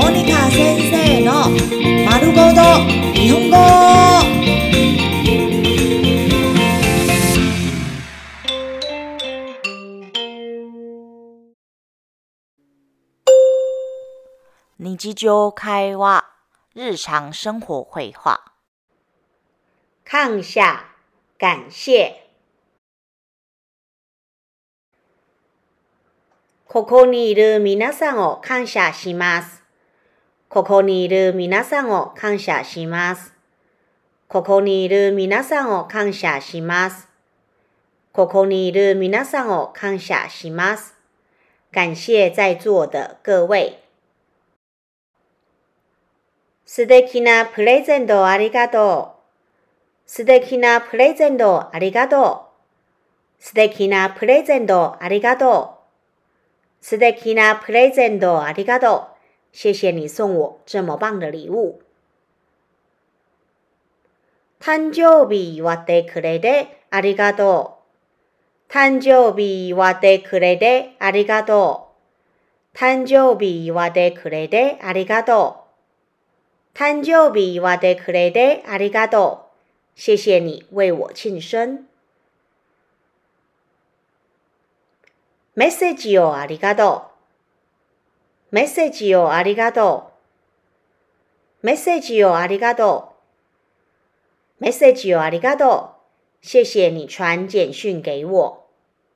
モニカ先生の丸ごと日本語。日常会話、日常生活会話。 感謝、感謝。ここにいる皆さんを感謝します。ここにいる皆さんを感謝します。ここにいる皆さんを感謝します。ここにいる皆さんを感謝します。感謝在座的各位。素敵なプレゼントありがとう。素敵なプレゼントありがとう。素敵なプレゼントありがとう。素敵なプレゼントありがとう。谢谢你送我这么棒的礼物。誕生日祝ってくれてありがとう。誕生日祝ってくれてありがとう。誕生日祝ってくれてありがとう。誕生日祝ってくれてありがとう。谢谢你为我庆生。メッセージをありがとう。メッセージをありがとう。メッセージをありがとう。メッセージをありがとう。谢谢你传简讯给我。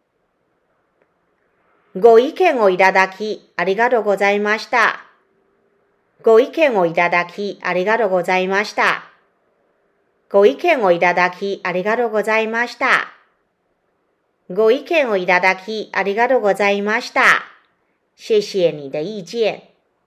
ご意見をいただきありがとうございました。ご意見をいただきありがとうございました。ご意見をいただきありがとうございました。ご意見をいただきありがとうございました。谢谢你的意見。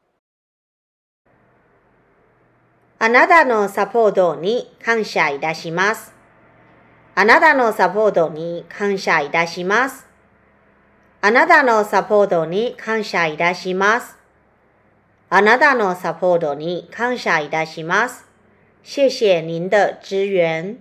あなたのサポートに感謝いたします。あなたのサポートに感謝いたします。あなたのサポートに感謝いたします。あなたのサポートに感謝いたします。谢谢您的支援。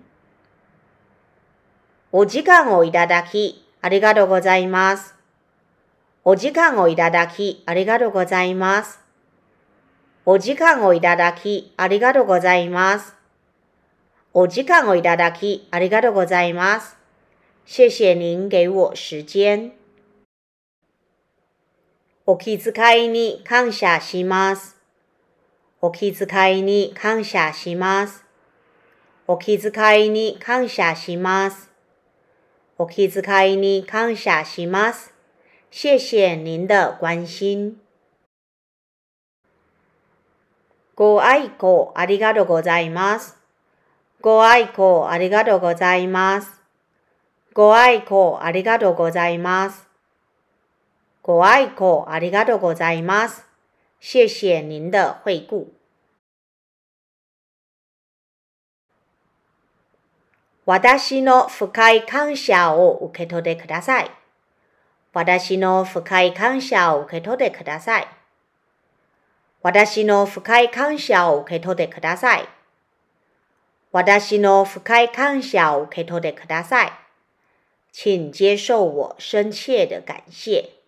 お時間をいただきありがとうございます。お時間をいただきありがとうございます。お時間をいただきありがとうございます。お時間をいただきありがとうございます。谢谢您给我時間。お気遣いに感謝します。お気遣いに感謝します。お気遣いに感謝します。お気遣いに感謝します。谢谢您的关心。ご愛顧ありがとうございます。ご愛顧ありがとうございます。ご愛顧ありがとうございます。ご愛顧ありがとうございます。谢谢您的惠顾。私の深い感謝を受け取ってください。私の深い感謝を受け取ってください。私の深い感謝を受け取ってください。私の深い感謝を受け取ってください。请接受我深切的感謝。